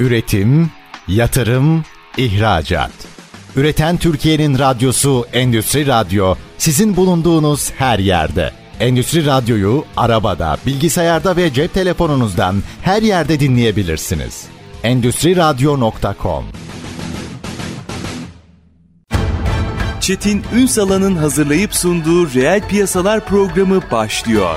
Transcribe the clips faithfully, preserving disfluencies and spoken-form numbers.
Üretim, yatırım, ihracat. Üreten Türkiye'nin radyosu Endüstri Radyo, sizin bulunduğunuz her yerde. Endüstri Radyo'yu arabada, bilgisayarda ve cep telefonunuzdan her yerde dinleyebilirsiniz. endüstri radyo nokta com. Çetin Ünsal'ın hazırlayıp sunduğu Reel Piyasalar programı başlıyor.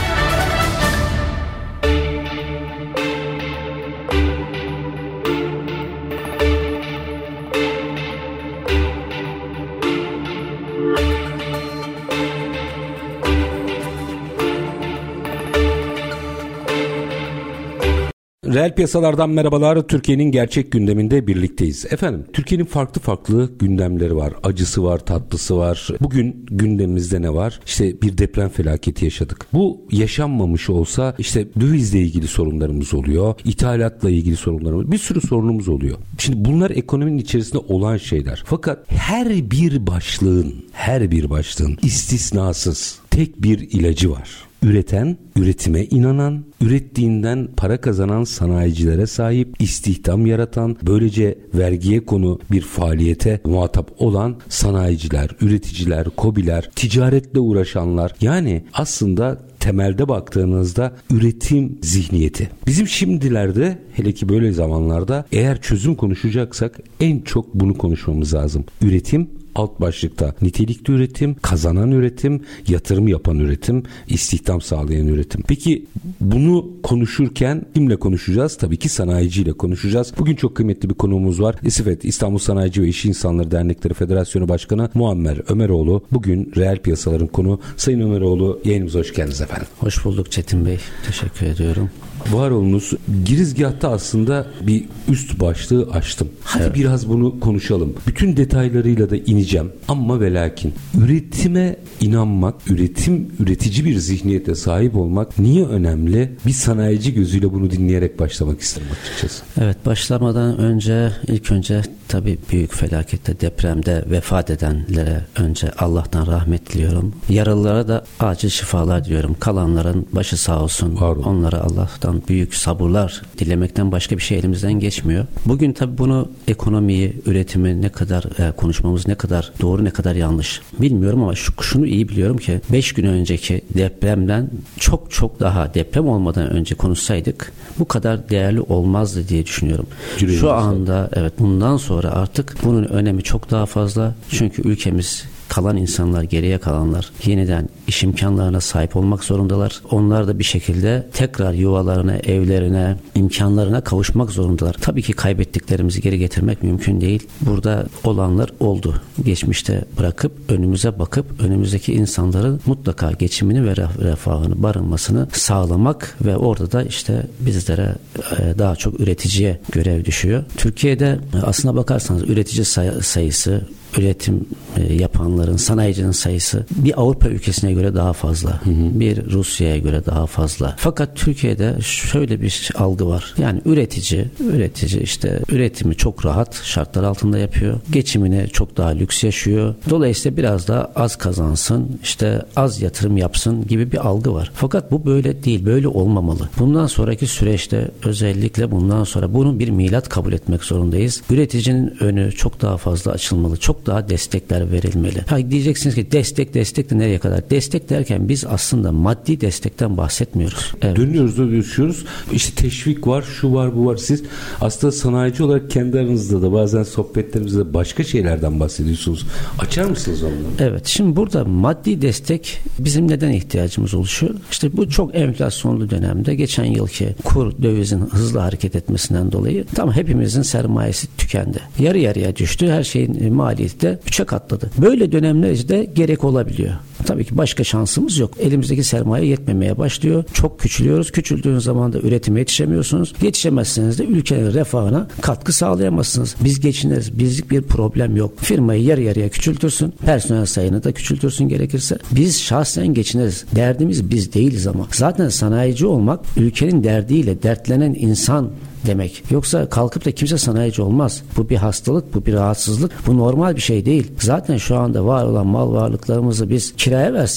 Reel piyasalardan merhabalar. Türkiye'nin gerçek gündeminde birlikteyiz. Efendim, Türkiye'nin farklı farklı gündemleri var. Acısı var, tatlısı var. Bugün gündemimizde ne var? İşte bir deprem felaketi yaşadık. Bu yaşanmamış olsa işte dövizle ilgili sorunlarımız oluyor. İthalatla ilgili sorunlarımız, bir sürü sorunumuz oluyor. Şimdi bunlar ekonominin içerisinde olan şeyler. Fakat her bir başlığın, her bir başlığın istisnasız tek bir ilacı var. Üreten, üretime inanan, ürettiğinden para kazanan sanayicilere sahip, istihdam yaratan, böylece vergiye konu bir faaliyete muhatap olan sanayiciler, üreticiler, KOBİ'ler, ticaretle uğraşanlar, yani aslında temelde baktığınızda üretim zihniyeti. Bizim şimdilerde, hele ki böyle zamanlarda, eğer çözüm konuşacaksak en çok bunu konuşmamız lazım. Üretim alt başlıkta nitelikli üretim, kazanan üretim, yatırım yapan üretim, istihdam sağlayan üretim. Peki bunu konuşurken kimle konuşacağız? Tabii ki sanayiciyle konuşacağız. Bugün çok kıymetli bir konuğumuz var. İSİFET, İstanbul Sanayici ve İş İnsanları Dernekleri Federasyonu Başkanı Muammer Ömeroğlu. Bugün reel piyasaların konu. Sayın Ömeroğlu, yayınımıza hoş geldiniz efendim. Hoş bulduk Çetin Bey. Teşekkür ediyorum. Var olunuz. Girizgahta aslında bir üst başlığı açtım. Hadi evet, biraz bunu konuşalım. Bütün detaylarıyla da ineceğim. Ama ve lakin üretime inanmak, üretim, üretici bir zihniyete sahip olmak niye önemli? Bir sanayici gözüyle bunu dinleyerek başlamak isterim açıkçası. Evet, başlamadan önce ilk önce tabii büyük felakette, depremde vefat edenlere önce Allah'tan rahmet diliyorum. Yaralılara da acil şifalar diliyorum. Kalanların başı sağ olsun. Onlara Allah'tan büyük sabırlar dilemekten başka bir şey elimizden geçmiyor. Bugün tabii bunu, ekonomiyi, üretimi ne kadar e, konuşmamız ne kadar doğru, ne kadar yanlış bilmiyorum ama şu, şunu iyi biliyorum ki beş gün önceki depremden çok çok daha, deprem olmadan önce konuşsaydık bu kadar değerli olmazdı diye düşünüyorum. Cüreyim şu anda evet, bundan sonra artık bunun önemi çok daha fazla. Çünkü ülkemiz, kalan insanlar, geriye kalanlar yeniden iş imkanlarına sahip olmak zorundalar. Onlar da bir şekilde tekrar yuvalarına, evlerine, imkanlarına kavuşmak zorundalar. Tabii ki kaybettiklerimizi geri getirmek mümkün değil. Burada olanlar oldu. Geçmişte bırakıp önümüze bakıp önümüzdeki insanların mutlaka geçimini ve refahını, barınmasını sağlamak ve orada da işte bizlere daha çok üreticiye görev düşüyor. Türkiye'de aslına bakarsanız üretici say- sayısı, üretim yapanların, sanayicinin sayısı bir Avrupa ülkesine göre daha fazla. Hı hı. Bir Rusya'ya göre daha fazla. Fakat Türkiye'de şöyle bir algı var. Yani üretici, üretici işte üretimi çok rahat şartlar altında yapıyor. Geçimini çok daha lüks yaşıyor. Dolayısıyla biraz daha az kazansın, işte az yatırım yapsın gibi bir algı var. Fakat bu böyle değil, böyle olmamalı. Bundan sonraki süreçte, özellikle bundan sonra bunun bir milat kabul etmek zorundayız. Üreticinin önü çok daha fazla açılmalı. Çok daha destekler verilmeli. Ha, diyeceksiniz ki destek destek de nereye kadar? Destek derken biz aslında maddi destekten bahsetmiyoruz. Evet. Dönüyoruz da düşüyoruz. İşte teşvik var, şu var, bu var. Siz aslında sanayici olarak kendi aranızda da bazen sohbetlerimizde başka şeylerden bahsediyorsunuz. Açar mısınız onları? Evet. Şimdi burada maddi destek bizim neden ihtiyacımız oluşuyor? İşte bu çok enflasyonlu dönemde, geçen yılki kur, dövizin hızlı hareket etmesinden dolayı tam hepimizin sermayesi tükendi. Yarı yarıya düştü. Her şeyin maliyeti de üçe katladı. Böyle dönemlerde gerek olabiliyor. Tabii ki başka şansımız yok. Elimizdeki sermaye yetmemeye başlıyor. Çok küçülüyoruz. Küçüldüğünüz zaman da üretime yetişemiyorsunuz. Yetişemezseniz de ülkenin refahına katkı sağlayamazsınız. Biz geçiniriz. Bizlik bir problem yok. Firmayı yarı yarıya küçültürsün. Personel sayını da küçültürsün gerekirse. Biz şahsen geçiniriz. Derdimiz biz değiliz ama. Zaten sanayici olmak ülkenin derdiyle dertlenen insan demek. Yoksa kalkıp da kimse sanayici olmaz. Bu bir hastalık, bu bir rahatsızlık. Bu normal bir şey değil. Zaten şu anda var olan mal varlıklarımızı biz kiraya versek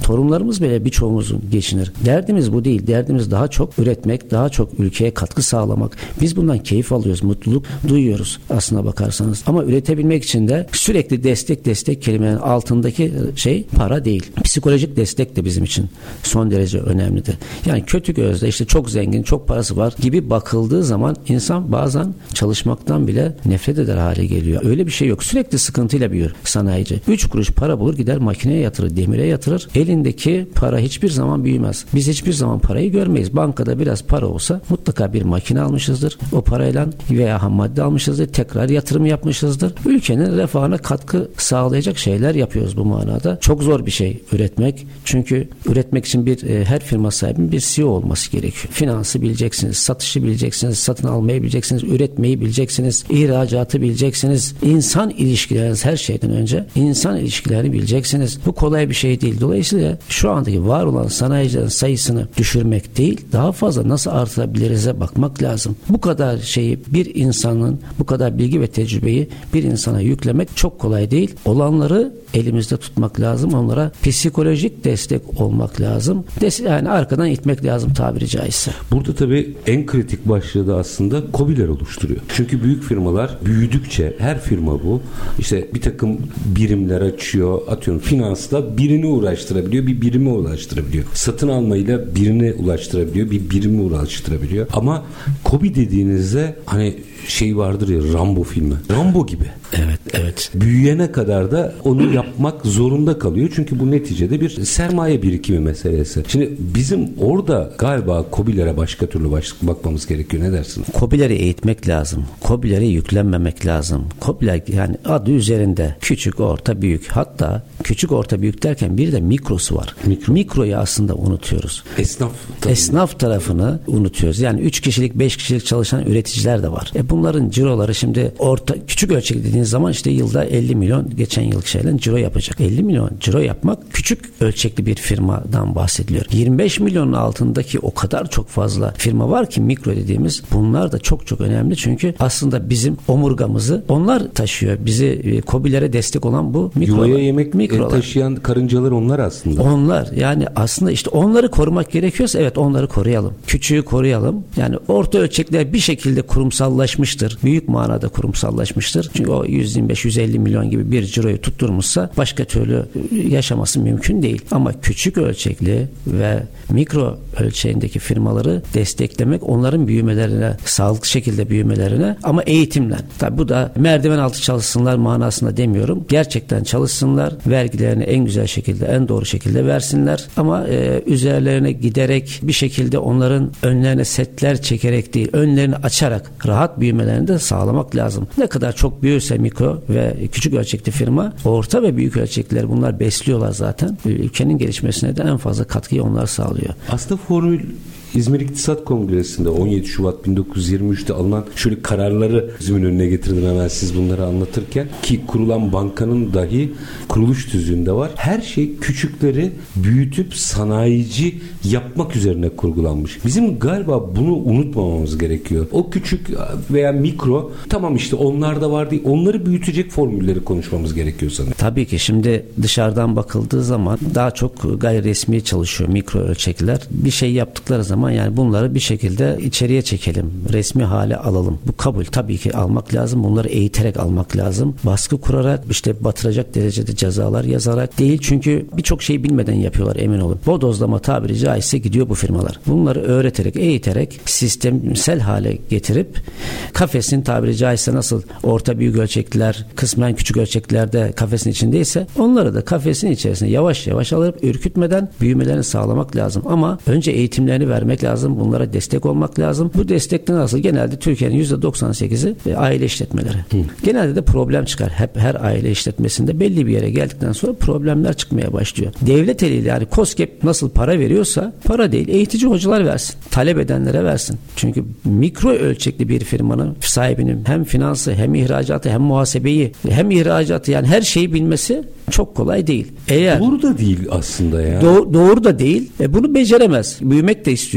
Torunlarımız bile birçoğumuzun geçinir. Derdimiz bu değil. Derdimiz daha çok üretmek, daha çok ülkeye katkı sağlamak. Biz bundan keyif alıyoruz, mutluluk duyuyoruz aslına bakarsanız. Ama üretebilmek için de sürekli destek destek kelimenin altındaki şey para değil. Psikolojik destek de bizim için son derece önemlidir. Yani kötü gözle işte çok zengin, çok parası var gibi bakıldığı zaman insan bazen çalışmaktan bile nefret eder hale geliyor. Öyle bir şey yok. Sürekli sıkıntıyla büyür sanayici. Üç kuruş para bulur, gider makineye yatırır, demire yatırır. Elindeki para hiçbir zaman büyümez. Biz hiçbir zaman parayı görmeyiz. Bankada biraz para olsa mutlaka bir makine almışızdır. O parayla veya ham madde almışızdır. Tekrar yatırım yapmışızdır. Ülkenin refahına katkı sağlayacak şeyler yapıyoruz bu manada. Çok zor bir şey üretmek. Çünkü üretmek için bir e, her firma sahibinin bir C E O olması gerekiyor. Finansı bileceksiniz, satışı bileceksiniz, satın almayı bileceksiniz, üretmeyi bileceksiniz, ihracatı bileceksiniz. İnsan ilişkileriniz her şeyden önce insan ilişkilerini bileceksiniz. Bu kolay bir şey değil. Dolayısıyla şu andaki var olan sanayicilerin sayısını düşürmek değil, daha fazla nasıl artırabiliriz'e bakmak lazım. Bu kadar şeyi bir insanın, bu kadar bilgi ve tecrübeyi bir insana yüklemek çok kolay değil. Olanları elimizde tutmak lazım. Onlara psikolojik destek olmak lazım. Des- yani arkadan itmek lazım tabiri caizse. Burada tabii en kritik başlığı da aslında KOBİ'ler oluşturuyor. Çünkü büyük firmalar büyüdükçe, her firma bu, işte bir takım birimler açıyor. Atıyorum finansla birini uğraştırabiliyor, bir birimi ulaştırabiliyor. Satın almayla birini ulaştırabiliyor, bir birimi ulaştırabiliyor. Ama KOBİ dediğinizde hani şey vardır ya, Rambo filmi. Rambo gibi. Evet, evet. Büyüyene kadar da onu yapmak zorunda kalıyor. Çünkü bu neticede bir sermaye birikimi meselesi. Şimdi bizim orada galiba KOBİ'lere başka türlü baş, bakmamız gerekiyor. Ne dersin? KOBİ'leri eğitmek lazım. KOBİ'lere yüklenmemek lazım. KOBİ'ler yani adı üzerinde küçük, orta, büyük. Hatta küçük, orta, büyük derken bir de mikrosu var. Mikro. Mikroyu aslında unutuyoruz. Esnaf tarafını. Esnaf tarafını unutuyoruz. Yani üç kişilik, beş kişilik çalışan üreticiler de var. E bunların ciroları şimdi orta, küçük ölçekli dediğiniz zaman işte yılda elli milyon, geçen yılki şeyle ciro yapacak. elli milyon ciro yapmak küçük ölçekli bir firmadan bahsediliyor. yirmi beş milyonun altındaki o kadar çok fazla firma var ki mikro dediğimiz, bunlar da çok çok önemli. Çünkü aslında bizim omurgamızı onlar taşıyor. Bizi KOBİ'lere destek olan bu mikrolar. Yuvaya yemek mikrolar. taşıyan karıncalar onlar aslında. Onlar yani aslında işte onları korumak gerekiyorsa evet onları koruyalım. Küçüğü koruyalım. Yani orta ölçekler bir şekilde kurumsallaşmıştır. Büyük manada kurumsallaşmıştır. Çünkü o yüz yirmi beş yüz elli milyon gibi bir ciroyu tutturmuşsa başka türlü yaşaması mümkün değil. Ama küçük ölçekli ve mikro ölçeğindeki firmaları desteklemek, onların büyümelerine, sağlıklı şekilde büyümelerine, ama eğitimle. Tabi bu da merdiven altı çalışsınlar manasında demiyorum. Gerçekten çalışsınlar. Vergilerini en güzel şekilde, en doğru şekilde versinler. Ama e, üzerlerine giderek bir şekilde onların önlerine setler çekerek değil, önlerini açarak rahat büyümelerini de sağlamak lazım. Ne kadar çok büyürse mikro ve küçük ölçekli firma, orta ve büyük ölçekliler bunlar besliyorlar zaten. Ülkenin gelişmesine de en fazla katkıyı onlar sağlıyor. Aslında formül İzmir İktisat Kongresi'nde on yedi Şubat bin dokuz yüz yirmi üçte alınan şöyle kararları gözümün önüne getirdim hemen siz bunları anlatırken, ki kurulan bankanın dahi kuruluş tüzüğünde var. Her şey küçükleri büyütüp sanayici yapmak üzerine kurgulanmış. Bizim galiba bunu unutmamamız gerekiyor. O küçük veya mikro, tamam işte onlar da var değil, onları büyütecek formülleri konuşmamız gerekiyor sanırım. Tabii ki şimdi dışarıdan bakıldığı zaman daha çok gayri resmi çalışıyor mikro ölçekliler. Bir şey yaptıkları zaman yani bunları bir şekilde içeriye çekelim, resmi hale alalım. Bu kabul tabii ki almak lazım. Bunları eğiterek almak lazım. Baskı kurarak, işte batıracak derecede cezalar yazarak değil. Çünkü birçok şeyi bilmeden yapıyorlar, emin olun. Bodozlama tabiri caizse gidiyor bu firmalar. Bunları öğreterek, eğiterek, sistemsel hale getirip kafesin tabiri caizse nasıl orta büyük ölçekliler, kısmen küçük ölçeklilerde kafesin içindeyse, onları da kafesin içerisine yavaş yavaş alıp ürkütmeden büyümelerini sağlamak lazım. Ama önce eğitimlerini vermek lazım. Bunlara destek olmak lazım. Bu destekte nasıl? Genelde Türkiye'nin yüzde doksan sekizi aile işletmeleri. Hı. Genelde de problem çıkar. Hep her aile işletmesinde belli bir yere geldikten sonra problemler çıkmaya başlıyor. Devlet eliyle, yani KOSGEB nasıl para veriyorsa, para değil, eğitici hocalar versin. Talep edenlere versin. Çünkü mikro ölçekli bir firmanın sahibinin hem finansı, hem ihracatı, hem muhasebeyi, hem ihracatı, yani her şeyi bilmesi çok kolay değil. Eğer doğru da değil aslında ya. Do- doğru da değil. E bunu beceremez. Büyümek de istiyor.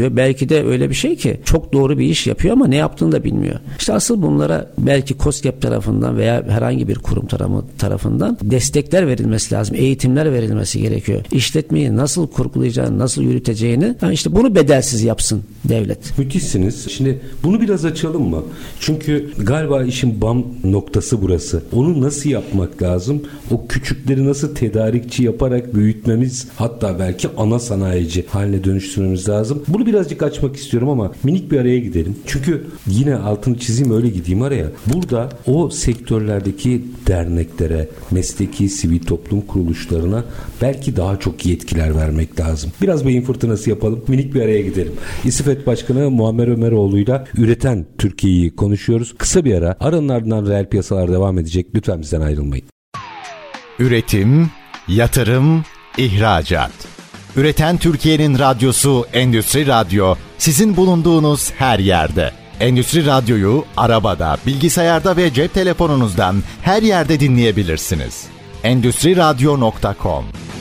yapıyor. Belki de öyle bir şey ki çok doğru bir iş yapıyor ama ne yaptığını da bilmiyor. İşte asıl bunlara belki KOSGEB tarafından veya herhangi bir kurum tarafından destekler verilmesi lazım. Eğitimler verilmesi gerekiyor. İşletmeyi nasıl kurgulayacağını, nasıl yürüteceğini, yani işte bunu bedelsiz yapsın devlet. Müthişsiniz. Şimdi bunu biraz açalım mı? Çünkü galiba işin bam noktası burası. Onu nasıl yapmak lazım? O küçükleri nasıl tedarikçi yaparak büyütmemiz, hatta belki ana sanayici haline dönüştürmemiz lazım. Bunu birazcık açmak istiyorum ama minik bir araya gidelim. Çünkü yine altını çizeyim, öyle gideyim araya. Burada o sektörlerdeki derneklere, mesleki sivil toplum kuruluşlarına belki daha çok yetkiler vermek lazım. Biraz beyin fırtınası yapalım. Minik bir araya gidelim. İSİFET Başkanı Muammer Ömeroğlu'yla Üreten Türkiye'yi konuşuyoruz. Kısa bir ara. Aranın ardından reel piyasalar devam edecek. Lütfen bizden ayrılmayın. Üretim, yatırım, ihracat. Üreten Türkiye'nin radyosu Endüstri Radyo, sizin bulunduğunuz her yerde. Endüstri Radyo'yu arabada, bilgisayarda ve cep telefonunuzdan her yerde dinleyebilirsiniz. endüstri radyo nokta com.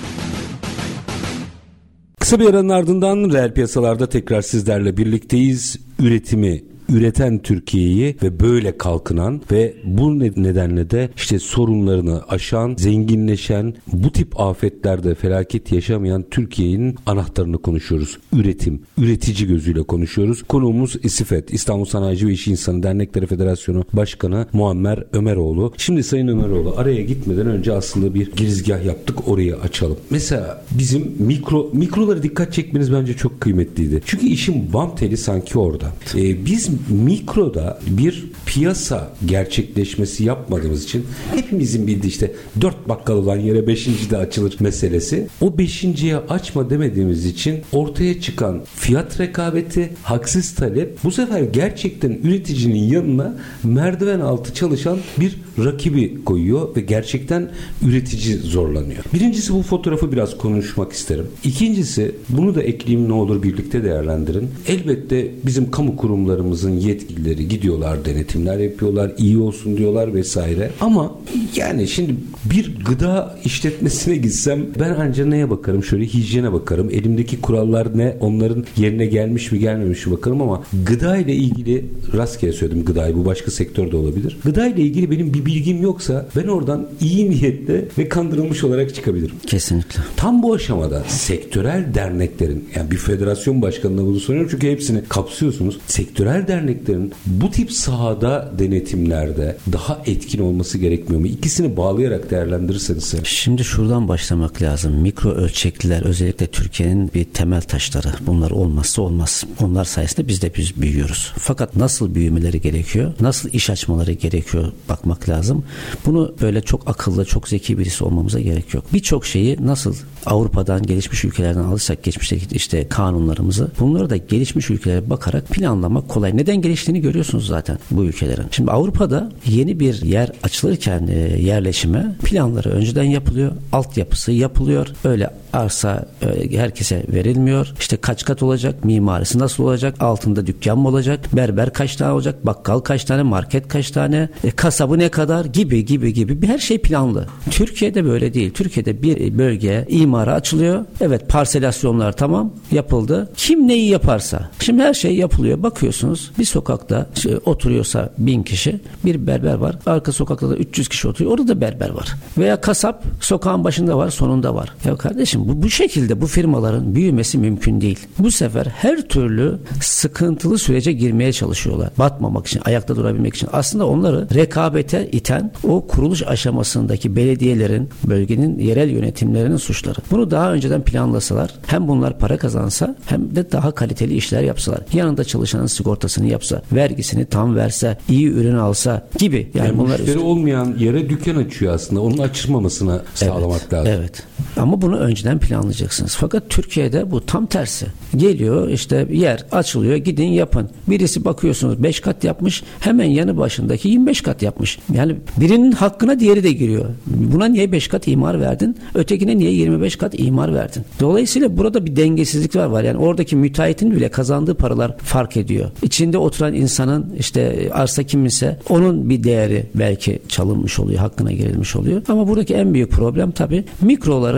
Kısa bir aranın ardından reel piyasalarda tekrar sizlerle birlikteyiz. Üretimi üreten Türkiye'yi ve böyle kalkınan ve bu nedenle de işte sorunlarını aşan, zenginleşen, bu tip afetlerde felaket yaşamayan Türkiye'nin anahtarını konuşuyoruz. Üretim, üretici gözüyle konuşuyoruz. Konuğumuz İSİFET, İstanbul Sanayici ve İş İnsanı Dernekleri Federasyonu Başkanı Muammer Ömeroğlu. Şimdi Sayın Ömeroğlu, araya gitmeden önce aslında bir girizgah yaptık, orayı açalım. Mesela bizim mikro mikrolara dikkat çekmeniz bence çok kıymetliydi. Çünkü işin bam teli sanki orada. Ee, biz mikroda bir piyasa gerçekleşmesi yapmadığımız için hepimizin bildiği işte dört bakkal olan yere beşinci de açılır meselesi. O beşinciye açma demediğimiz için ortaya çıkan fiyat rekabeti, haksız talep bu sefer gerçekten üreticinin yanına merdiven altı çalışan bir rakibi koyuyor ve gerçekten üretici zorlanıyor. Birincisi, bu fotoğrafı biraz konuşmak isterim. İkincisi, bunu da ekleyeyim, ne olur birlikte değerlendirin. Elbette bizim kamu kurumlarımızın yetkilileri gidiyorlar, denetimler yapıyorlar, iyi olsun diyorlar vesaire. Ama yani şimdi bir gıda işletmesine gitsem ben ancak neye bakarım? Şöyle hijyene bakarım. Elimdeki kurallar ne? Onların yerine gelmiş mi gelmemiş mi bakarım ama gıda ile ilgili, rastgele söyledim gıdayı, bu başka sektörde olabilir. Gıda ile ilgili benim bir bilgim yoksa ben oradan iyi niyetle ve kandırılmış olarak çıkabilirim. Kesinlikle. Tam bu aşamada sektörel derneklerin, yani bir federasyon başkanına bunu soruyorum çünkü hepsini kapsıyorsunuz. Sektörel derneklerin bu tip sahada denetimlerde daha etkin olması gerekmiyor mu? İkisini bağlayarak değerlendirirseniz. Şimdi şuradan başlamak lazım. Mikro ölçekliler özellikle Türkiye'nin bir temel taşları. Bunlar olmazsa olmaz. Onlar sayesinde biz de biz büyüyoruz. Fakat nasıl büyümeleri gerekiyor? Nasıl iş açmaları gerekiyor? Bakmak lazım. Bunu böyle çok akıllı, çok zeki birisi olmamıza gerek yok. Birçok şeyi nasıl Avrupa'dan, gelişmiş ülkelerden alırsak geçmişteki işte kanunlarımızı, bunları da gelişmiş ülkelere bakarak planlamak kolay. Neden geliştiğini görüyorsunuz zaten bu ülkelerin. Şimdi Avrupa'da yeni bir yer açılırken e, yerleşime planları önceden yapılıyor. Altyapısı yapılıyor. Öyle arsa e, herkese verilmiyor. İşte kaç kat olacak? Mimarisi nasıl olacak? Altında dükkan mı olacak? Berber kaç tane olacak? Bakkal kaç tane? Market kaç tane? E, kasabı ne kadar? Gibi gibi gibi. Bir her şey planlı. Türkiye'de böyle değil. Türkiye'de bir bölge imara açılıyor. Evet, parselasyonlar tamam yapıldı. Kim neyi yaparsa. Şimdi her şey yapılıyor. Bakıyorsunuz bir sokakta işte, oturuyorsa bin kişi, bir berber var. Arka sokakta da üç yüz kişi oturuyor. Orada da berber var. Veya kasap sokağın başında var, sonunda var. Ya kardeşim bu, bu şekilde bu firmaların büyümesi mümkün değil. Bu sefer her türlü sıkıntılı sürece girmeye çalışıyorlar. Batmamak için, ayakta durabilmek için. Aslında onları rekabete iten o kuruluş aşamasındaki belediyelerin, bölgenin yerel yönetimlerinin suçları. Bunu daha önceden planlasalar, hem bunlar para kazansa hem de daha kaliteli işler yapsalar. Yanında çalışanın sigortasını yapsa, vergisini tam verse, iyi ürün alsa gibi. Yani, yani bunlar müşteri olmayan yere dükkan açıyor aslında. Onun açılmamasına sağlamak evet, lazım. Evet. Ama bunu önceden planlayacaksınız. Fakat Türkiye'de bu tam tersi. Geliyor işte yer açılıyor, gidin yapın. Birisi bakıyorsunuz beş kat yapmış, hemen yanı başındaki yirmi beş kat yapmış. Yani birinin hakkına diğeri de giriyor. Buna niye beş kat imar verdin? Ötekine niye yirmi beş kat imar verdin? Dolayısıyla burada bir dengesizlikler var. Yani oradaki müteahhitin bile kazandığı paralar fark ediyor. İçinde oturan insanın işte arsa kiminse onun bir değeri belki çalınmış oluyor, hakkına girilmiş oluyor. Ama buradaki en büyük problem tabii mikroları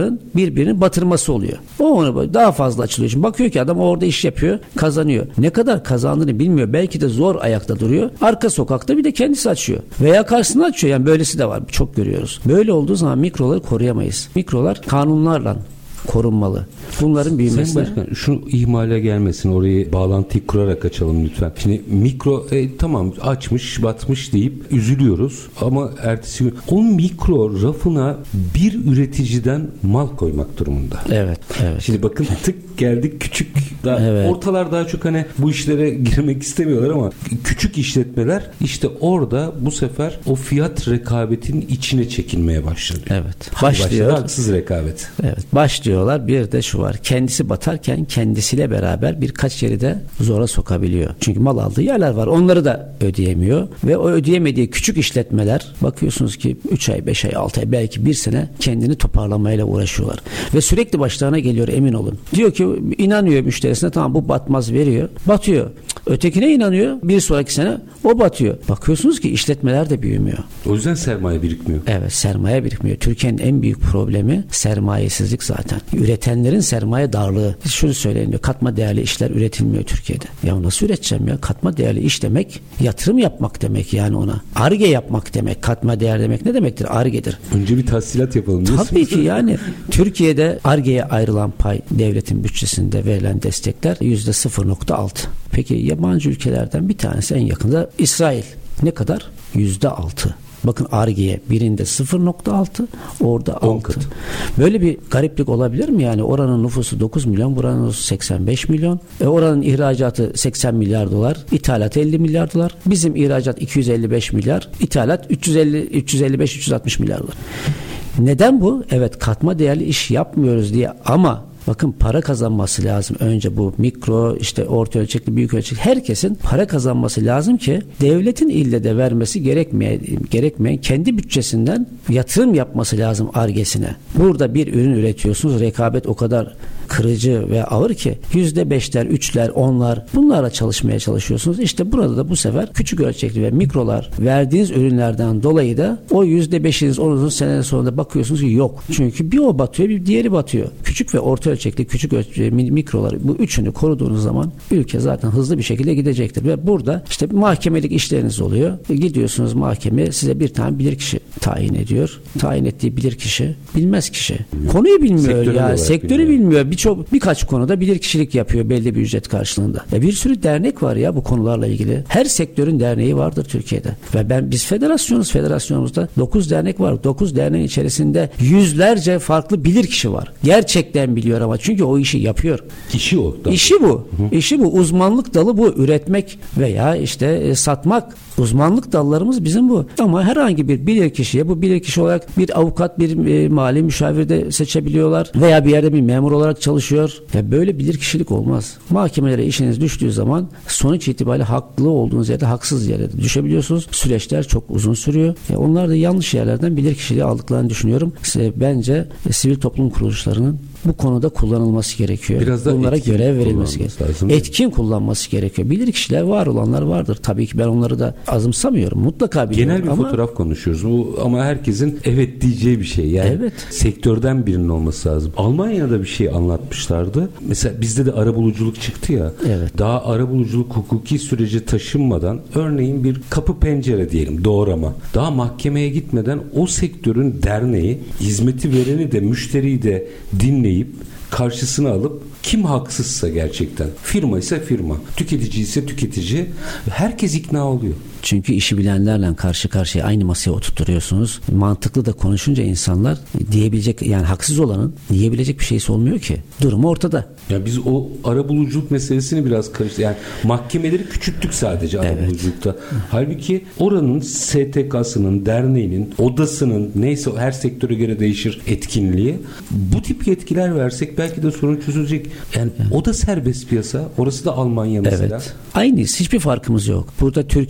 mikroların birbirini batırması oluyor. O onu daha fazla açılıyor. Şimdi bakıyor ki adam orada iş yapıyor, kazanıyor. Ne kadar kazandığını bilmiyor. Belki de zor ayakta duruyor. Arka sokakta bir de kendisi açıyor. Veya karşısına açıyor. Yani böylesi de var. Çok görüyoruz. Böyle olduğu zaman mikroları koruyamayız. Mikrolar kanunlarla korunmalı. Bunların büyümesine... Sayın Başkan, şu ihmale gelmesin, orayı bağlantıyı kurarak açalım lütfen. Şimdi mikro e, tamam açmış batmış deyip üzülüyoruz ama ertesi gün o mikro rafına bir üreticiden mal koymak durumunda. Evet. evet. Şimdi bakın tık geldik küçük daha, evet. Ortalar daha çok hani bu işlere girmek istemiyorlar ama küçük işletmeler işte orada bu sefer o fiyat rekabetinin içine çekilmeye başladı. Evet. Başlıyor. Haksız rekabet. Evet. Başlıyor. Bir de şu var. Kendisi batarken kendisiyle beraber birkaç yeri de zora sokabiliyor. Çünkü mal aldığı yerler var. Onları da ödeyemiyor. Ve o ödeyemediği küçük işletmeler bakıyorsunuz ki üç ay, beş ay, altı ay belki bir sene kendini toparlamayla uğraşıyorlar. Ve sürekli başlarına geliyor, emin olun. Diyor ki inanıyor müşterisine, tamam bu batmaz, veriyor. Batıyor. Ötekine inanıyor. Bir sonraki sene o batıyor. Bakıyorsunuz ki işletmeler de büyümüyor. O yüzden sermaye birikmiyor. Evet, sermaye birikmiyor. Türkiye'nin en büyük problemi sermayesizlik zaten. Üretenlerin sermaye darlığı. Şunu söyleniyor. Katma değerli işler üretilmiyor Türkiye'de. Ya nasıl üreteceğim ya? Katma değerli iş demek yatırım yapmak demek yani ona. Ar-Ge yapmak demek. Katma değer demek ne demektir? Ar-Ge'dir. Önce bir tahsilat yapalım. Tabii ki yani Türkiye'de Ar-Ge'ye ayrılan pay devletin bütçesinde verilen destekler yüzde sıfır nokta altı. Peki yabancı ülkelerden bir tanesi en yakında İsrail. Ne kadar? yüzde altı. Bakın Ar-Ge'ye birinde sıfır nokta altı, orada altı. Böyle bir gariplik olabilir mi? Yani oranın nüfusu dokuz milyon, buranın nüfusu seksen beş milyon. E oranın ihracatı seksen milyar dolar, ithalat elli milyar dolar. Bizim ihracat iki yüz elli beş milyar, ithalat üç yüz elli üç yüz elli beş üç yüz altmış milyar dolar. Neden bu? Evet, katma değerli iş yapmıyoruz diye ama bakın para kazanması lazım. Önce bu mikro, işte orta ölçekli, büyük ölçekli herkesin para kazanması lazım ki devletin ille de vermesi gerekmeyen, gerekmeyen kendi bütçesinden yatırım yapması lazım Ar-Ge'sine. Burada bir ürün üretiyorsunuz. Rekabet o kadar kırıcı ve ağır ki yüzde beşler, üçler, onlar bunlarla çalışmaya çalışıyorsunuz. İşte burada da bu sefer küçük ölçekli ve mikrolar verdiğiniz ürünlerden dolayı da o yüzde beşiniz, onunuzun senenin sonunda bakıyorsunuz ki yok. Çünkü bir o batıyor, bir diğeri batıyor. Küçük ve orta ölçekli, küçük ölçekli mikrolar, bu üçünü koruduğunuz zaman ülke zaten hızlı bir şekilde gidecektir. Ve burada işte mahkemelik işleriniz oluyor. Gidiyorsunuz mahkemeye, size bir tane bilirkişi tayin ediyor. Tayin ettiği bilirkişi bilmez kişi. Konuyu bilmiyor. Sektörü ya. Sektörü bilmiyor. bilmiyor. Birçok birkaç konuda bilirkişilik yapıyor belli bir ücret karşılığında. Ya bir sürü dernek var ya bu konularla ilgili. Her sektörün derneği vardır Türkiye'de. Ve ben biz federasyonuz. Federasyonumuzda dokuz dernek var. dokuz derneğin içerisinde yüzlerce farklı bilirkişi var. Gerçekten biliyor ama çünkü o işi yapıyor. İşi o. Tabii. İşi bu. Hı. İşi bu. Uzmanlık dalı bu. Üretmek veya işte e, satmak. Uzmanlık dallarımız bizim bu. Ama herhangi bir bilirkişiye bu bilirkişi olarak bir avukat, bir e, mali müşavir de seçebiliyorlar veya bir yerde bir memur olarak çalışıyor. Ya böyle bilirkişilik olmaz. Mahkemelere işiniz düştüğü zaman sonuç itibariyle haklı olduğunuz yerde haksız yere de düşebiliyorsunuz. Süreçler çok uzun sürüyor. Ya onlar da yanlış yerlerden bilirkişiliği aldıklarını düşünüyorum. Bence e, sivil toplum kuruluşlarının bu konuda kullanılması gerekiyor. Biraz da bunlara görev verilmesi gerekiyor. Etkin kullanması gerekiyor. Bilirkişiler var olanlar vardır. Tabii ki ben onları da azımsamıyorum. Mutlaka biliyorum. Genel bir ama... fotoğraf konuşuyoruz. Bu ama herkesin evet diyeceği bir şey. Yani evet. Sektörden birinin olması lazım. Almanya'da bir şey anlatmışlardı. Mesela bizde de arabuluculuk çıktı ya. Evet. Daha arabuluculuk hukuki süreci taşınmadan örneğin bir kapı pencere diyelim doğrama. Daha mahkemeye gitmeden o sektörün derneği hizmeti vereni de müşteriyi de dinleyip karşısına alıp kim haksızsa gerçekten firma ise firma, tüketici ise tüketici, herkes ikna oluyor. Çünkü işi bilenlerle karşı karşıya aynı masaya oturtuyorsunuz. Mantıklı da konuşunca insanlar diyebilecek, yani haksız olanın diyebilecek bir şeysi olmuyor ki. Durum ortada. Ya biz o arabuluculuk meselesini biraz karıştırdık. Yani mahkemeleri küçülttük sadece arabuluculukta. Evet. Halbuki oranın S T K'sının, derneğinin, odasının, neyse her sektöre göre değişir etkinliği. Bu tip yetkiler versek belki de sorun çözülecek. Yani evet. O da serbest piyasa. Orası da Almanya mesela. Evet. Aynıyız. Hiçbir farkımız yok. Burada Türkiye'de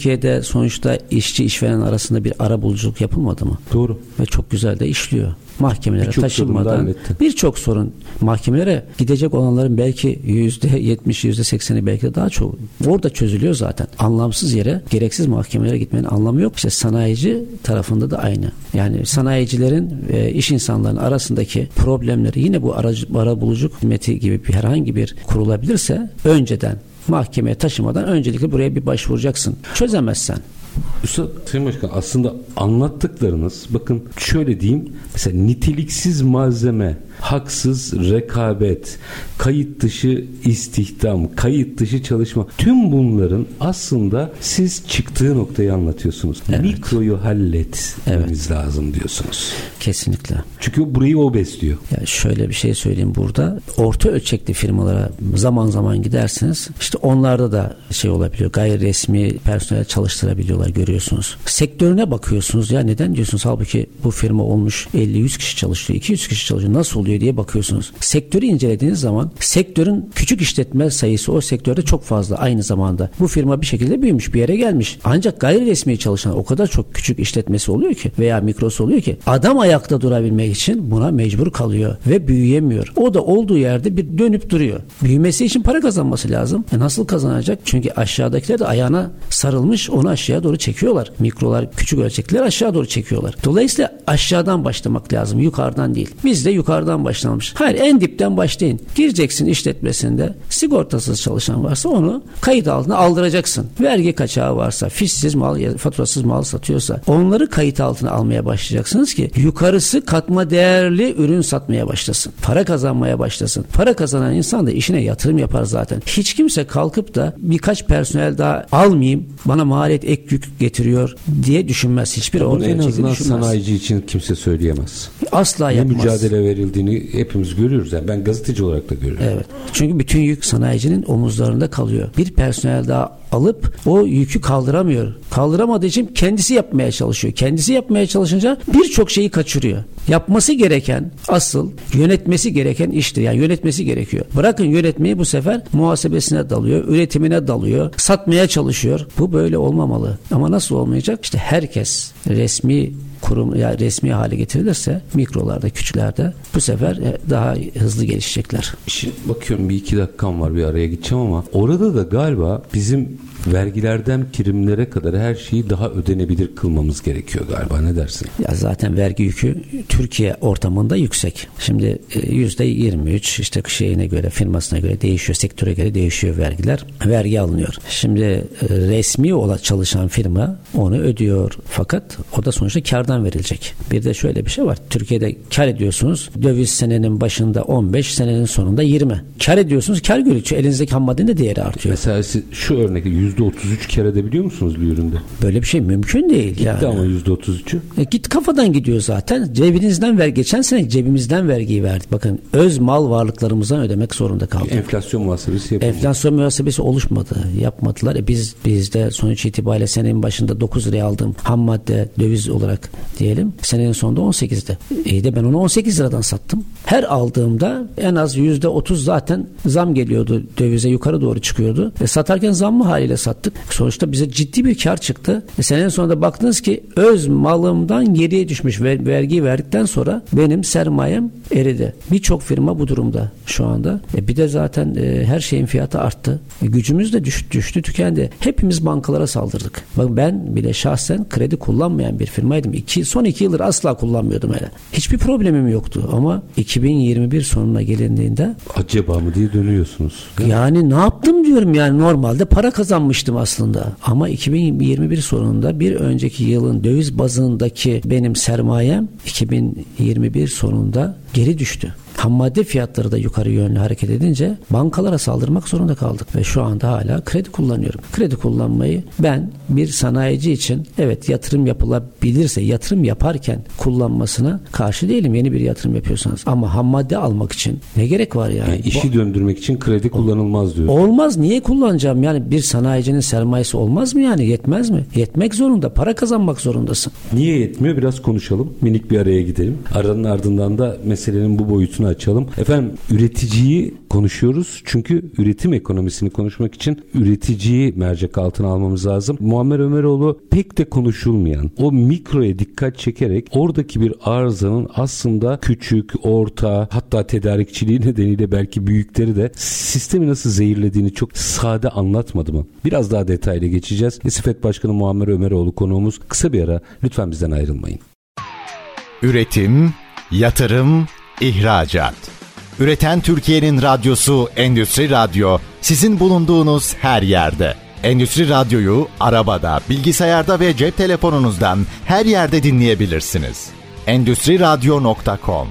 sonuçta işçi işveren arasında bir arabuluculuk yapılmadı mı? Doğru. Ve çok güzel de işliyor. Mahkemelere Birçok taşınmadan birçok sorun mahkemelere gidecek olanların belki yüzde yetmiş, yüzde sekseni belki de daha çok orada çözülüyor zaten. Anlamsız yere gereksiz mahkemelere gitmenin anlamı yok. İşte sanayici tarafında da aynı. Yani sanayicilerin ve iş insanlarının arasındaki problemleri yine bu aracı, arabuluculuk hizmeti gibi bir herhangi bir kurulabilirse önceden mahkemeye taşımadan öncelikle buraya bir başvuracaksın. Çözemezsen. Üstad Sayın Başkan, aslında anlattıklarınız, bakın şöyle diyeyim, mesela niteliksiz malzeme, haksız rekabet, kayıt dışı istihdam, kayıt dışı çalışma, tüm bunların aslında siz çıktığı noktayı anlatıyorsunuz. Evet. Mikroyu halletmemiz evet. lazım diyorsunuz. Kesinlikle. Çünkü burayı o besliyor. Yani şöyle bir şey söyleyeyim burada. Orta ölçekli firmalara zaman zaman gidersiniz. İşte onlarda da şey olabiliyor. Gayri resmi personel çalıştırabiliyorlar, görüyorsunuz. Sektörüne bakıyorsunuz. Ya neden diyorsunuz? Halbuki bu firma olmuş elli yüz kişi çalışıyor, iki yüz kişi çalışıyor. Nasıl oluyor diye bakıyorsunuz. Sektörü incelediğiniz zaman sektörün küçük işletme sayısı o sektörde çok fazla aynı zamanda. Bu firma bir şekilde büyümüş, bir yere gelmiş. Ancak gayri resmi çalışan o kadar çok küçük işletmesi oluyor ki veya mikrosu oluyor ki adam ayakta durabilmek için buna mecbur kalıyor ve büyüyemiyor. O da olduğu yerde bir dönüp duruyor. Büyümesi için para kazanması lazım. E nasıl kazanacak? Çünkü aşağıdakiler de ayağına sarılmış, onu aşağıya doğru çekiyorlar. Mikrolar, küçük ölçekliler aşağı doğru çekiyorlar. Dolayısıyla aşağıdan başlamak lazım. Yukarıdan değil. Biz de yukarıdan başlamış. Hayır, en dipten başlayın. Gireceksin işletmesinde sigortasız çalışan varsa onu kayıt altına aldıracaksın. Vergi kaçağı varsa, fişsiz mal, faturasız mal satıyorsa onları kayıt altına almaya başlayacaksınız ki yukarısı katma değerli ürün satmaya başlasın. Para kazanmaya başlasın. Para kazanan insan da işine yatırım yapar zaten. Hiç kimse kalkıp da birkaç personel daha almayayım, bana maliyet ek yük getiriyor diye düşünmez. Hiçbir orada en azından düşünmez. Sanayici için kimse söyleyemez. Asla ne yapmaz. mücadele verildiğini hepimiz görüyoruz. Yani ben gazeteci olarak da görüyorum. Evet. Çünkü bütün yük sanayicinin omuzlarında kalıyor. Bir personel daha alıp o yükü kaldıramıyor. Kaldıramadığı için kendisi yapmaya çalışıyor. Kendisi yapmaya çalışınca birçok şeyi kaçırıyor. Yapması gereken, asıl yönetmesi gereken iştir. Yani yönetmesi gerekiyor. Bırakın yönetmeyi, bu sefer muhasebesine dalıyor, üretimine dalıyor, satmaya çalışıyor. Bu böyle olmamalı. Ama nasıl olmayacak? İşte herkes resmi kurum ya yani resmi hale getirilirse mikrolarda, küçüklerde bu sefer daha hızlı gelişecekler. Şimdi bakıyorum bir iki dakikam var, bir araya gideceğim ama orada da galiba bizim vergilerden primlere kadar her şeyi daha ödenebilir kılmamız gerekiyor galiba. Ne dersin? Ya zaten vergi yükü Türkiye ortamında yüksek. Şimdi yüzde yirmi üç işte şeyine göre, firmasına göre değişiyor, sektöre göre değişiyor vergiler. Vergi alınıyor. Şimdi resmi olarak çalışan firma onu ödüyor. Fakat o da sonuçta kardan verilecek. Bir de şöyle bir şey var. Türkiye'de kar ediyorsunuz. Döviz senenin başında on beş, senenin sonunda yirmi. Kar ediyorsunuz, kar görüyor. Elinizdeki ham maddenin de değeri artıyor. Mesela siz şu örnekte yüzde otuz üç kar edebiliyor musunuz bir üründe? Böyle bir şey mümkün değil. Gitti yani. Ama yüzde otuz üçü. E git kafadan gidiyor zaten. Cebinizden ver. Geçen sene cebimizden vergiyi verdik. Bakın öz mal varlıklarımızdan ödemek zorunda kaldık. Enflasyon muhasebesi yapılmadı. Enflasyon muhasebesi oluşmadı. Yapmadılar. E biz bizde sonuç itibariyle senenin başında dokuz liraya aldığım ham madde döviz olarak diyelim. Senenin sonunda on sekizde. İyi de ben onu on sekiz liradan sattım. Her aldığımda en az yüzde otuz zaten zam geliyordu. Dövize yukarı doğru çıkıyordu. E satarken zamlı haliyle sattık. Sonuçta bize ciddi bir kar çıktı. E senenin sonunda baktınız ki öz malımdan geriye düşmüş. Ver, vergi verdikten sonra benim sermayem eridi. Birçok firma bu durumda şu anda. E bir de zaten e, her şeyin fiyatı arttı. E gücümüz de düştü, düştü, tükendi. Hepimiz bankalara saldırdık. Bak ben bile şahsen kredi kullanmayan bir firmaydım. İki, son iki yıldır asla kullanmıyordum hele. Hiçbir problemim yoktu ama iki bin yirmi bir sonuna gelindiğinde acaba mı diye dönüyorsunuz. Yani ne yaptım diyorum, yani normalde para kazanmıştım aslında. Ama iki bin yirmi bir sonunda bir önceki yılın döviz bazındaki benim sermayem iki bin yirmi bir sonunda geri düştü. Ham madde fiyatları da yukarı yönlü hareket edince bankalara saldırmak zorunda kaldık ve şu anda hala kredi kullanıyorum. Kredi kullanmayı ben bir sanayici için evet yatırım yapılabilirse yatırım yaparken kullanmasına karşı değilim, yeni bir yatırım yapıyorsanız. Ama ham madde almak için ne gerek var yani? yani işi Bu, döndürmek için kredi kullanılmaz diyorsun. Olmaz. Niye kullanacağım? Yani bir sanayicinin sermayesi olmaz mı yani? Yetmez mi? Yetmek zorunda. Para kazanmak zorundasın. Niye yetmiyor? Biraz konuşalım. Minik bir araya gidelim. Aranın ardından da meselenin bu boyutuna başlığını açalım. Efendim üreticiyi konuşuyoruz. Çünkü üretim ekonomisini konuşmak için üreticiyi mercek altına almamız lazım. Muammer Ömeroğlu pek de konuşulmayan o mikroya dikkat çekerek oradaki bir arızanın aslında küçük, orta, hatta tedarikçiliği nedeniyle belki büyükleri de sistemi nasıl zehirlediğini çok sade anlatmadı mı? Biraz daha detaylı geçeceğiz. İSİFET Başkanı Muammer Ömeroğlu konuğumuz. Kısa bir ara, lütfen bizden ayrılmayın. Üretim, yatırım, ihracat. Üreten Türkiye'nin radyosu Endüstri Radyo, sizin bulunduğunuz her yerde. Endüstri Radyo'yu arabada, bilgisayarda ve cep telefonunuzdan her yerde dinleyebilirsiniz. endüstri radyo nokta com.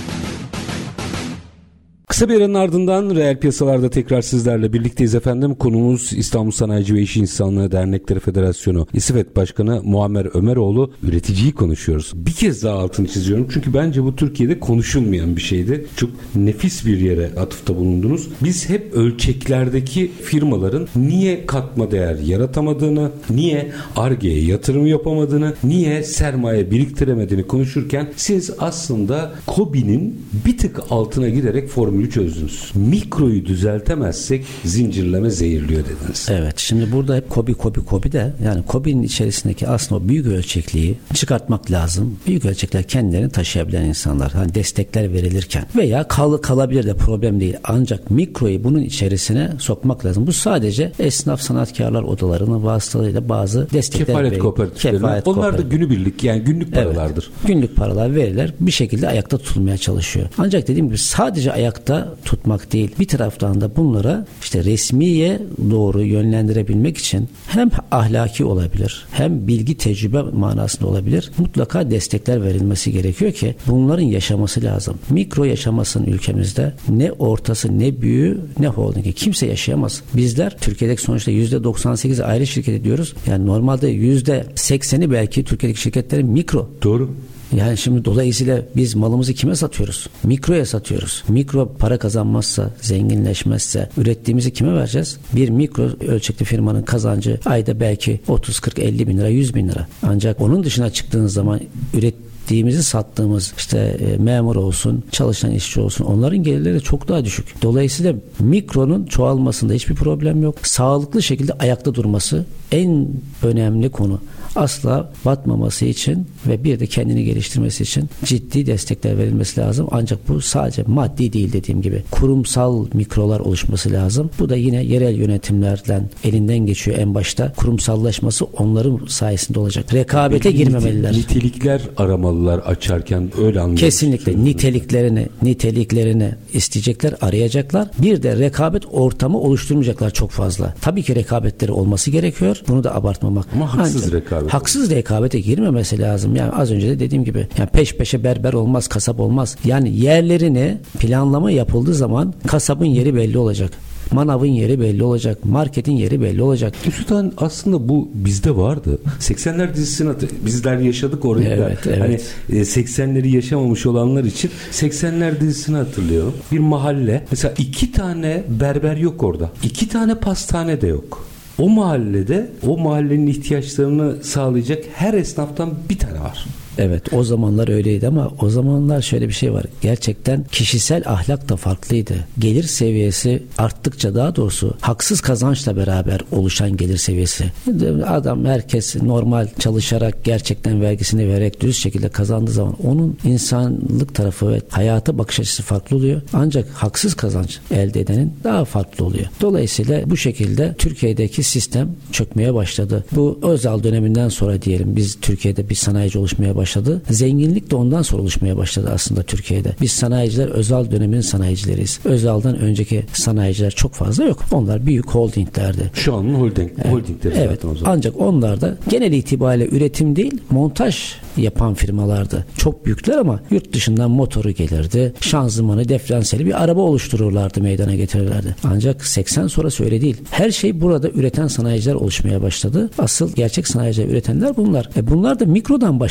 Kısa bir aranın ardından reel piyasalarda tekrar sizlerle birlikteyiz efendim. Konumuz İstanbul Sanayici ve İş İnsanlığı Dernekleri Federasyonu İSİFET Başkanı Muammer Ömeroğlu. Üreticiyi konuşuyoruz. Bir kez daha altını çiziyorum. Çünkü bence bu Türkiye'de konuşulmayan bir şeydi. Çok nefis bir yere atıfta bulundunuz. Biz hep ölçeklerdeki firmaların niye katma değer yaratamadığını, niye Ar-Ge'ye yatırım yapamadığını, niye sermaye biriktiremediğini konuşurken siz aslında KOBİ'nin bir tık altına giderek formülü çözdünüz. Mikroyu düzeltemezsek zincirleme zehirliyor dediniz. Evet. Şimdi burada hep KOBİ KOBİ KOBİ de yani KOBİ'nin içerisindeki aslında o büyük ölçekliği çıkartmak lazım. Büyük ölçekler kendilerini taşıyabilen insanlar. Hani destekler verilirken veya kal kalabilir de problem değil. Ancak mikroyu bunun içerisine sokmak lazım. Bu sadece esnaf sanatkarlar odalarının vasıtasıyla bazı destekler kefalet kooperatiflerine. Onlar kooperatif. da günübirlik yani günlük paralardır. Evet, günlük paralar verirler. Bir şekilde ayakta tutulmaya çalışıyor. Ancak dediğim gibi sadece ayakta tutmak değil. Bir taraftan da bunlara işte resmiye doğru yönlendirebilmek için hem ahlaki olabilir hem bilgi tecrübe manasında olabilir. Mutlaka destekler verilmesi gerekiyor ki bunların yaşaması lazım. Mikro yaşamasın ülkemizde ne ortası ne büyüğü ne holdingi. Kimse yaşayamaz. Bizler Türkiye'deki sonuçta yüzde doksan sekiz ayrı şirket ediyoruz. Yani normalde yüzde sekseni belki Türkiye'deki şirketlerin mikro. Doğru. Yani şimdi dolayısıyla biz malımızı kime satıyoruz? Mikroya satıyoruz. Mikro para kazanmazsa, zenginleşmezse ürettiğimizi kime vereceğiz? Bir mikro ölçekli firmanın kazancı ayda belki otuz kırk elli bin lira, yüz bin lira. Ancak onun dışına çıktığınız zaman üret ürettiğimizi sattığımız işte e, memur olsun, çalışan işçi olsun onların gelirleri çok daha düşük. Dolayısıyla mikronun çoğalmasında hiçbir problem yok. Sağlıklı şekilde ayakta durması en önemli konu. Asla batmaması için ve bir de kendini geliştirmesi için ciddi destekler verilmesi lazım. Ancak bu sadece maddi değil dediğim gibi. Kurumsal mikrolar oluşması lazım. Bu da yine yerel yönetimlerden elinden geçiyor en başta. Kurumsallaşması onların sayesinde olacak. Rekabete Peki, girmemeliler. Nitelikler aramalılar açarken öyle anlıyorum. Kesinlikle niteliklerini niteliklerini isteyecekler, arayacaklar. Bir de rekabet ortamı oluşturmayacaklar çok fazla. Tabii ki rekabetleri olması gerekiyor. Bunu da abartmamak. Ama haksız Ancak, rekabet. Haksız rekabete girmemesi lazım. Yani az önce de dediğim gibi yani peş peşe berber olmaz, kasap olmaz. Yani yerlerini planlama yapıldığı zaman kasabın yeri belli olacak. Manavın yeri belli olacak. Marketin yeri belli olacak. Üstad aslında bu bizde vardı. seksenler dizisini bizler yaşadık orayı evet, da. Evet. Hani seksenleri yaşamamış olanlar için seksenler dizisini hatırlıyorum. Bir mahalle. Mesela iki tane berber yok orada. İki tane pastane de yok. O mahallede o mahallenin ihtiyaçlarını sağlayacak her esnaftan bir tane var. Evet, o zamanlar öyleydi ama o zamanlar şöyle bir şey var. Gerçekten kişisel ahlak da farklıydı. Gelir seviyesi arttıkça, daha doğrusu haksız kazançla beraber oluşan gelir seviyesi. Adam herkes normal çalışarak gerçekten vergisini vererek düz şekilde kazandığı zaman onun insanlık tarafı ve hayata bakış açısı farklı oluyor. Ancak haksız kazanç elde edenin daha farklı oluyor. Dolayısıyla bu şekilde Türkiye'deki sistem çökmeye başladı. Bu Özal döneminden sonra diyelim biz Türkiye'de bir sanayici oluşmaya başladı. başladı. Zenginlik de ondan sonra oluşmaya başladı aslında Türkiye'de. Biz sanayiciler Özal döneminin sanayicileriyiz. Özal'dan önceki sanayiciler çok fazla yok. Onlar büyük holdinglerdi. Şu anın holding, evet. holdingleri evet. zaten o zaman. Ancak onlar da genel itibariyle üretim değil, montaj yapan firmalardı. Çok büyükler ama yurt dışından motoru gelirdi. Şanzımanı, diferansiyeli bir araba oluştururlardı, meydana getirirlerdi. Ancak seksen sonrası öyle değil. Her şey burada üreten sanayiciler oluşmaya başladı. Asıl gerçek sanayiciler üretenler bunlar. E bunlar da mikrodan başladı sonuçta.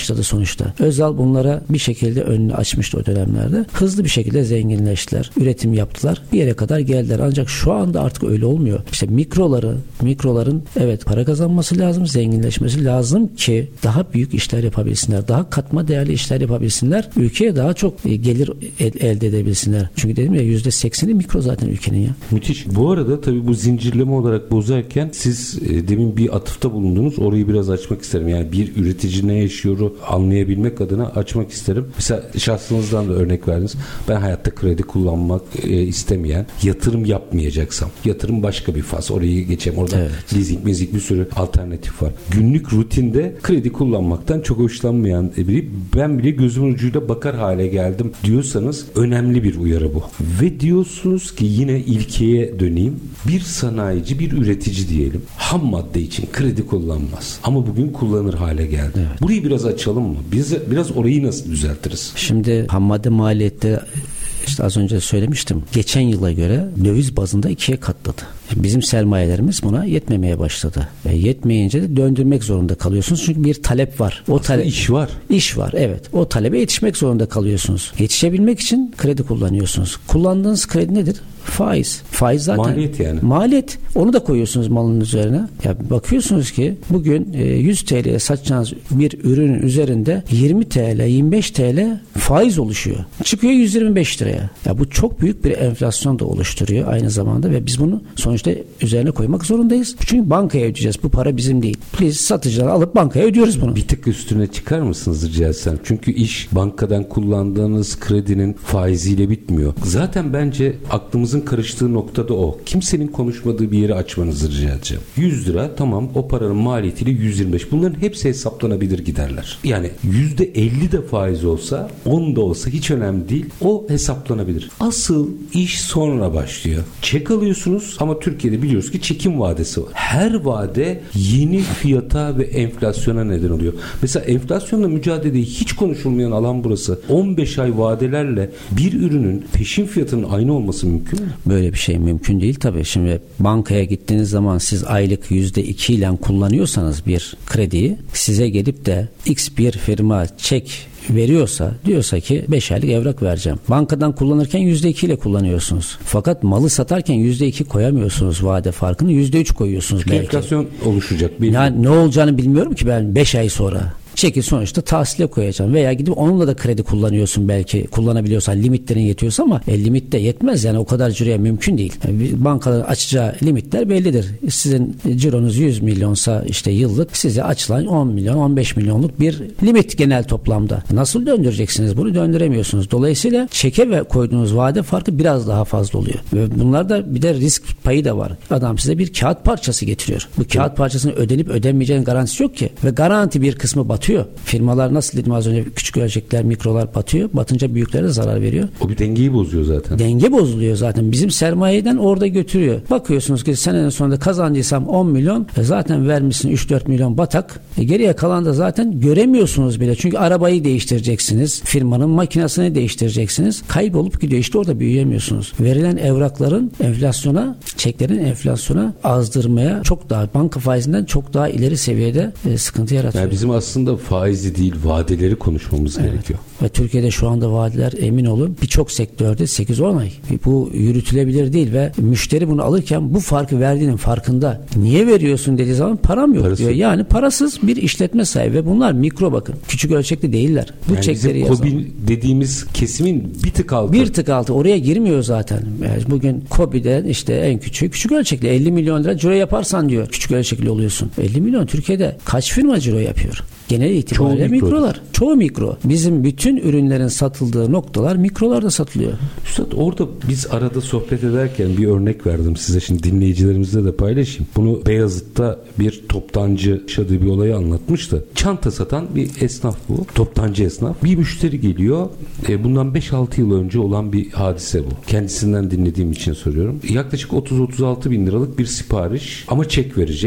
sonuçta. Özal bunlara bir şekilde önünü açmıştı o dönemlerde. Hızlı bir şekilde zenginleştiler. Üretim yaptılar. Bir yere kadar geldiler. Ancak şu anda artık öyle olmuyor. İşte mikroları, mikroların evet para kazanması lazım, zenginleşmesi lazım ki daha büyük işler yapabilsinler. Daha katma değerli işler yapabilsinler. Ülkeye daha çok gelir elde edebilsinler. Çünkü dedim ya yüzde sekseni mikro zaten ülkenin ya. Müthiş. Bu arada tabii bu zincirleme olarak bozarken siz e, demin bir atıfta bulundunuz. Orayı biraz açmak isterim. Yani bir üretici ne yaşıyor anlayabilmek adına açmak isterim. Mesela şahsınızdan da örnek verdiniz. Ben hayatta kredi kullanmak e, istemeyen, yatırım yapmayacaksam, yatırım başka bir faz. Orayı geçeyim. Orada evet. leasing, müzik bir sürü alternatif var. Günlük rutinde kredi kullanmaktan çok hoşlanmayan biri, ben bile gözümün ucuyla bakar hale geldim diyorsanız önemli bir uyarı bu. Ve diyorsunuz ki yine ilkeye döneyim. Bir sanayici, bir üretici diyelim. Ham madde için kredi kullanmaz. Ama bugün kullanır hale geldi. Evet. Burayı biraz açalım mı? Biz biraz orayı nasıl düzeltiriz? Şimdi ham madde maliyette işte az önce söylemiştim. Geçen yıla göre döviz bazında ikiye katladı. Bizim sermayelerimiz buna yetmemeye başladı. E, yetmeyince de döndürmek zorunda kalıyorsunuz. Çünkü bir talep var. O talep iş var. İş var, evet. O talebe yetişmek zorunda kalıyorsunuz. Yetişebilmek için kredi kullanıyorsunuz. Kullandığınız kredi nedir? Faiz. Faiz zaten. Maliyet yani. Maliyet. Onu da koyuyorsunuz malın üzerine. Ya bakıyorsunuz ki bugün yüz TL'ye satacağınız bir ürünün üzerinde yirmi TL, yirmi beş TL faiz oluşuyor. Çıkıyor yüz yirmi beş liraya. Ya bu çok büyük bir enflasyon da oluşturuyor aynı zamanda ve biz bunu sonuçta üzerine koymak zorundayız. Çünkü bankaya ödeyeceğiz. Bu para bizim değil. Biz satıcıdan alıp bankaya ödüyoruz bunu. Bir tık üstüne çıkar mısınız rica etsem? Çünkü iş bankadan kullandığınız kredinin faiziyle bitmiyor. Zaten bence aklımızın karıştığı noktada o. Kimsenin konuşmadığı bir yeri açmanızı rica edeceğim. yüz lira tamam, o paranın maliyetiyle yüz yirmi beş. Bunların hepsi hesaplanabilir giderler. Yani yüzde elli de faiz olsa, on da olsa hiç önemli değil. O hesaplanabilir. Asıl iş sonra başlıyor. Çek alıyorsunuz ama Türkiye'de biliyoruz ki çekim vadesi var. Her vade yeni fiyata ve enflasyona neden oluyor. Mesela enflasyonla mücadeleyi hiç konuşulmayan alan burası. on beş ay vadelerle bir ürünün peşin fiyatının aynı olması mümkün mü? Böyle bir şey mümkün değil tabii. Şimdi bankaya gittiğiniz zaman siz aylık yüzde iki ile kullanıyorsanız bir krediyi, size gelip de X bir firma çek veriyorsa, diyorsa ki beş aylık evrak vereceğim. Bankadan kullanırken yüzde iki ile kullanıyorsunuz. Fakat malı satarken yüzde iki koyamıyorsunuz vade farkını. yüzde üç koyuyorsunuz belki. Enflasyon oluşacak. Yani ne olacağını bilmiyorum ki ben beş ay sonra. Çeki sonuçta tahsile koyacağım veya gidip onunla da kredi kullanıyorsun belki, kullanabiliyorsan, limitlerin yetiyorsa ama e, limit de yetmez yani, o kadar ciroya mümkün değil. Yani bankaların açacağı limitler bellidir. Sizin cironuz yüz milyonsa işte yıllık, size açılan on milyon on beş milyonluk bir limit genel toplamda. Nasıl döndüreceksiniz bunu? Döndüremiyorsunuz. Dolayısıyla çeke ve koyduğunuz vade farkı biraz daha fazla oluyor. Ve bunlarda bir de risk payı da var. Adam size bir kağıt parçası getiriyor. Bu kağıt parçasını ödenip ödenmeyeceğinin garantisi yok ki. Ve garanti bir kısmı batıyor. Firmalar, nasıl dedim az önce, küçük ölçekler, mikrolar batıyor. Batınca büyüklere zarar veriyor. O bir dengeyi bozuyor zaten. Denge bozuluyor zaten. Bizim sermayeden orada götürüyor. Bakıyorsunuz ki senenin sonunda kazandıysam on milyon, e zaten vermişsin üç dört milyon batak. E geriye kalan da zaten göremiyorsunuz bile. Çünkü arabayı değiştireceksiniz. Firmanın makinesini değiştireceksiniz. Kaybolup gidiyor. İşte orada büyüyemiyorsunuz. Verilen evrakların enflasyona, çeklerin enflasyona azdırmaya çok daha, banka faizinden çok daha ileri seviyede e, sıkıntı yaratıyor. Yani bizim aslında faizi değil, vadeleri konuşmamız evet. gerekiyor. Ve Türkiye'de şu anda vadeler, emin olun, birçok sektörde sekiz on ay. Bu yürütülebilir değil ve müşteri bunu alırken bu farkı verdiğinin farkında. Niye veriyorsun dediği zaman param yok Parası. diyor. Yani parasız bir işletme sahibi ve bunlar mikro, bakın. Küçük ölçekli değiller. Bu yani çekleri bizim KOBİ dediğimiz kesimin bir tık altı. Bir tık altı. Oraya girmiyor zaten. Yani bugün KOBİ'de işte en küçük, küçük ölçekli elli milyon lira ciro yaparsan diyor, küçük ölçekli oluyorsun. elli milyon Türkiye'de kaç firma ciro yapıyor? Genel itibariyle Çoğu mikrolar. Mikro. Çoğu mikro. Bizim bütün ürünlerin satıldığı noktalar mikrolarda satılıyor. Üstad, orada biz arada sohbet ederken bir örnek verdim size. Şimdi dinleyicilerimizle de paylaşayım. Bunu Beyazıt'ta bir toptancı yaşadığı bir olayı anlatmıştı. Çanta satan bir esnaf bu. Toptancı esnaf. Bir müşteri geliyor. E, bundan beş altı yıl önce olan bir hadise bu. Kendisinden dinlediğim için soruyorum. Yaklaşık otuz otuz altı bin liralık bir sipariş ama çek verecek.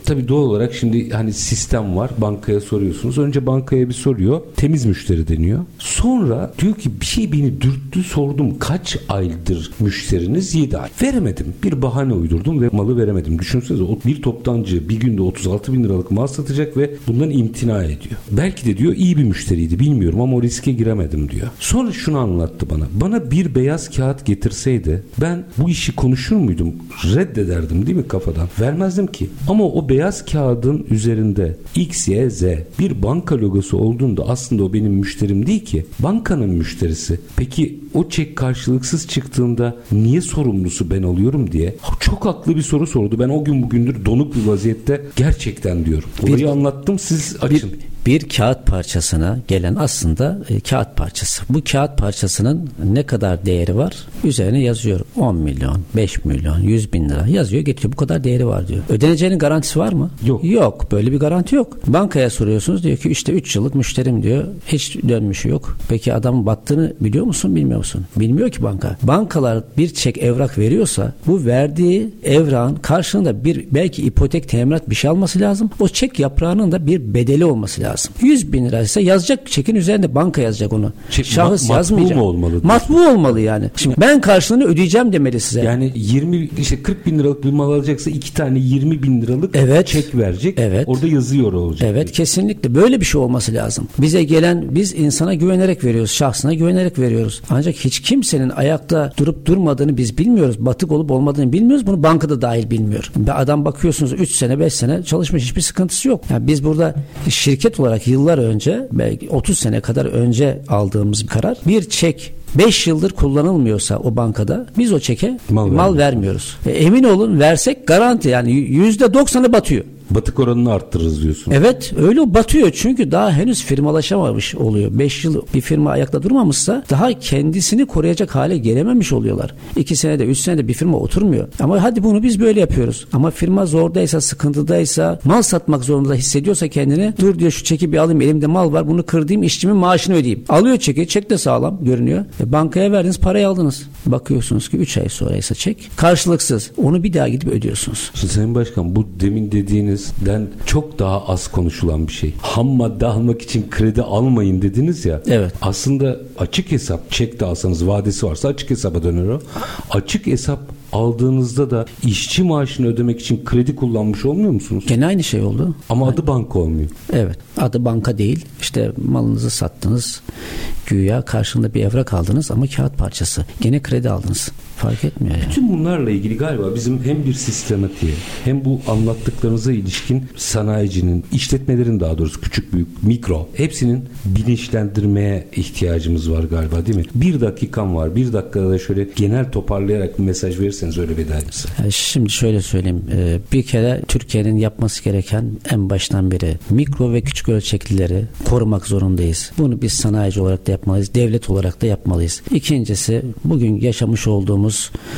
Tabii doğal olarak şimdi hani sistem var. Bankaya soruyorsunuz. Önce bankaya bir soruyor. Temiz müşteri deniyor. Sonra diyor ki bir şey beni dürttü, sordum. Kaç aydır müşteriniz? yedi ay. Veremedim. Bir bahane uydurdum ve malı veremedim. Düşünsenize bir toptancı bir günde otuz altı bin liralık mal satacak ve bundan imtina ediyor. Belki de diyor iyi bir müşteriydi bilmiyorum ama o riske giremedim diyor. Sonra şunu anlattı bana. Bana bir beyaz kağıt getirseydi ben bu işi konuşur muydum? Reddederdim değil mi kafadan? Vermezdim ki. Ama o beyaz kağıdın üzerinde X, Y, Z bir banka logosu olduğunda aslında o benim müşterim değil ki. Bankanın müşterisi. Peki o çek karşılıksız çıktığında niye sorumlusu ben oluyorum diye çok haklı bir soru sordu. Ben o gün bugündür donuk bir vaziyette gerçekten diyorum. Olayı bir, anlattım siz açın. Bir, bir kağıt parçasına gelen aslında e, kağıt parçası. Bu kağıt parçasının ne kadar değeri var? Üzerine yazıyor. on milyon, beş milyon, yüz bin lira yazıyor. Getiriyor. Bu kadar değeri var diyor. Ödeneceğinin garantisi var mı? Yok. Yok. Böyle bir garanti yok. Bankaya soruyorsunuz. Diyor ki işte üç yıllık müşterim diyor. Hiç dönmüşü yok. Peki adamın battığını biliyor musun? Bilmiyor musun? Bilmiyor ki banka. Bankalar bir çek evrak veriyorsa bu verdiği evrağın karşılığında bir belki ipotek teminat bir şey alması lazım. O çek yaprağının da bir bedeli olması lazım. yüz bin lira ise yazacak çekin üzerinde banka yazacak onu. Çek, Şahıs ma- yazmayacak. Matbu mu olmalı? Matbu olmalı yani. Şimdi ben karşılığını ödeyeceğim demeli size. Yani yirmi işte kırk bin liralık bir mal alacaksa iki tane yirmi bin liralık evet. çek verecek. Evet. Orada yazıyor olacak. Evet diyor. Kesinlikle. Böyle bir şey olması lazım. Bize gelen biz insana güvenerek veriyoruz. Şahsına güvenerek veriyoruz. Ancak hiç kimsenin ayakta durup durmadığını biz bilmiyoruz. Batık olup olmadığını bilmiyoruz. Bunu bankada dahil bilmiyor. Bir adam bakıyorsunuz üç sene beş sene çalışmış hiçbir sıkıntısı yok. Yani biz burada şirket olarak yıllar önce belki otuz sene kadar önce aldığımız bir karar. Bir çek beş yıldır kullanılmıyorsa o bankada biz o çeke mal, mal vermiyoruz. E, emin olun versek garanti yani yüzde doksanı batıyor. Batık oranını arttırırız diyorsun. Evet öyle batıyor çünkü daha henüz firmalaşamamış oluyor. beş yıl bir firma ayakta durmamışsa daha kendisini koruyacak hale gelememiş oluyorlar. iki senede üç senede bir firma oturmuyor. Ama hadi bunu biz böyle yapıyoruz. Ama firma zordaysa sıkıntıdaysa mal satmak zorunda hissediyorsa kendini dur diyor şu çeki bir alayım elimde mal var bunu kırdayım işçimin maaşını ödeyeyim. Alıyor çeki çek de sağlam görünüyor. E, bankaya verdiniz parayı aldınız. Bakıyorsunuz ki üç ay sonraysa çek karşılıksız. Onu bir daha gidip ödüyorsunuz. Şimdi Sayın Başkan bu demin dediğiniz den çok daha az konuşulan bir şey. Ham madde almak için kredi almayın dediniz ya. Evet. Aslında açık hesap çek de alsanız vadesi varsa açık hesaba dönür o. Açık hesap aldığınızda da işçi maaşını ödemek için kredi kullanmış olmuyor musunuz? Gene aynı şey oldu. Ama adı banka olmuyor. Evet. Adı banka değil. İşte malınızı sattınız. Güya karşında bir evrak aldınız ama kağıt parçası. Gene kredi aldınız. Fark etmiyor yani. Bütün bunlarla ilgili galiba bizim hem bir sistematiğe hem bu anlattıklarınıza ilişkin sanayicinin, işletmelerin daha doğrusu küçük büyük, mikro hepsinin bilinçlendirmeye ihtiyacımız var galiba değil mi? Bir dakikam var. Bir dakikada da şöyle genel toparlayarak bir mesaj verirseniz öyle veda etsin. Yani şimdi şöyle söyleyeyim. Bir kere Türkiye'nin yapması gereken en baştan beri mikro ve küçük ölçeklileri korumak zorundayız. Bunu biz sanayici olarak da yapmalıyız. Devlet olarak da yapmalıyız. İkincisi bugün yaşamış olduğumuz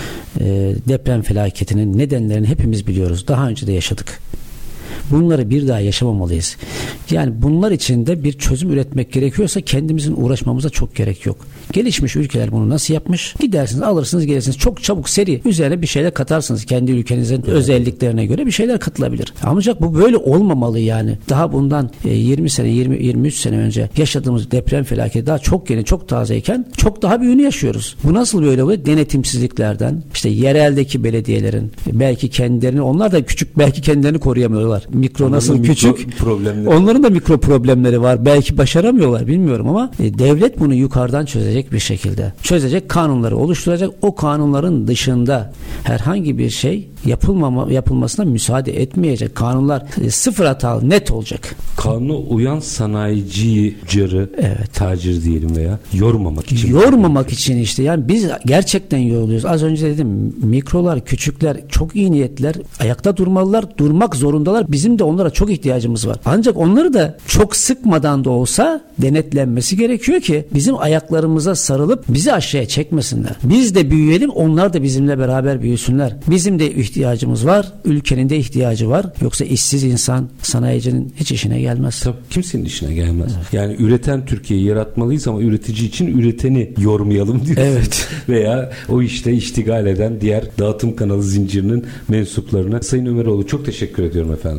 e, deprem felaketinin nedenlerini hepimiz biliyoruz. Daha önce de yaşadık. Bunları bir daha yaşamamalıyız. Yani bunlar için de bir çözüm üretmek gerekiyorsa kendimizin uğraşmamıza çok gerek yok. Gelişmiş ülkeler bunu nasıl yapmış? Gidersiniz, alırsınız, gelirsiniz. Çok çabuk seri üzerine bir şeyler katarsınız. Kendi ülkenizin evet. özelliklerine göre bir şeyler katılabilir. Ancak bu böyle olmamalı yani. Daha bundan yirmi sene, yirmi yirmi üç sene önce yaşadığımız deprem felaketi daha çok yeni, çok tazeyken çok daha büyüğünü yaşıyoruz. Bu nasıl böyle oluyor? Denetimsizliklerden, işte yereldeki belediyelerin belki kendilerini, onlar da küçük, belki kendilerini koruyamıyorlar. Mikro onların nasıl küçük? Problemleri. Onların da mikro problemleri var. Belki başaramıyorlar, bilmiyorum ama e, devlet bunu yukarıdan çözecek bir şekilde. Çözecek, kanunları oluşturacak. O kanunların dışında herhangi bir şey yapılmama yapılmasına müsaade etmeyecek. Kanunlar e, sıfır hatalı, net olacak. Kanuna uyan sanayiciyi carı, evet. tacir diyelim veya yormamak için. Yormamak için işte. Yani biz gerçekten yoruluyoruz. Az önce dedim, mikrolar, küçükler, çok iyi niyetler ayakta durmalılar, durmak zorundalar. Bizim de onlara çok ihtiyacımız var. Ancak onları da çok sıkmadan da olsa denetlenmesi gerekiyor ki bizim ayaklarımıza sarılıp bizi aşağıya çekmesinler. Biz de büyüyelim, onlar da bizimle beraber büyüsünler. Bizim de ihtiyacımız var, ülkenin de ihtiyacı var. Yoksa işsiz insan sanayicinin hiç işine gelmez. Tabii kimsenin işine gelmez. Evet. Yani üreten Türkiye'yi yaratmalıyız ama üretici için üreteni yormayalım diyorsun. Evet. Veya o işte iştigal eden diğer dağıtım kanalı zincirinin mensuplarına. Sayın Ömeroğlu çok teşekkür ediyorum efendim.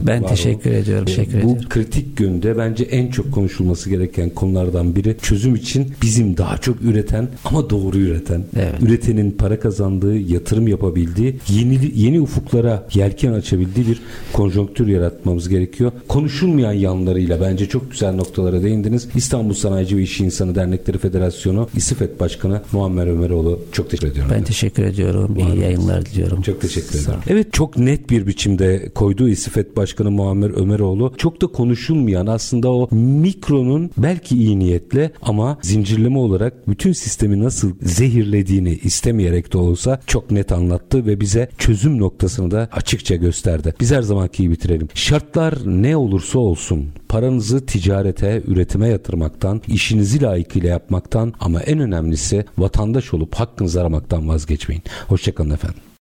Ben var teşekkür olun. ediyorum. Teşekkür Bu ediyorum. kritik günde bence en çok konuşulması gereken konulardan biri çözüm için bizim daha çok üreten ama doğru üreten, evet. üretenin para kazandığı, yatırım yapabildiği, yeni yeni ufuklara yelken açabildiği bir konjonktür yaratmamız gerekiyor. Konuşulmayan yanlarıyla bence çok güzel noktalara değindiniz. İstanbul Sanayici ve İş İnsanı Dernekleri Federasyonu İSİFET Başkanı Muammer Ömeroğlu, çok teşekkür ediyorum. Ben teşekkür ediyorum. İyi yayınlar diliyorum. Çok teşekkür ederim. Evet, çok net bir biçimde koyduğu İSİFET Başkanı Muammer Ömeroğlu, çok da konuşulmayan aslında o mikronun belki iyi niyetle ama zincirleme olarak bütün sistemi nasıl zehirlediğini istemeyerek de olsa çok net anlattı ve bize çözüm noktasını da açıkça gösterdi. Biz her zamanki iyi bitirelim. Şartlar ne olursa olsun paranızı ticarete, üretime yatırmaktan, işinizi layıkıyla yapmaktan ama en önemlisi vatandaş olup hakkınızı aramaktan vazgeçmeyin. Hoşçakalın efendim.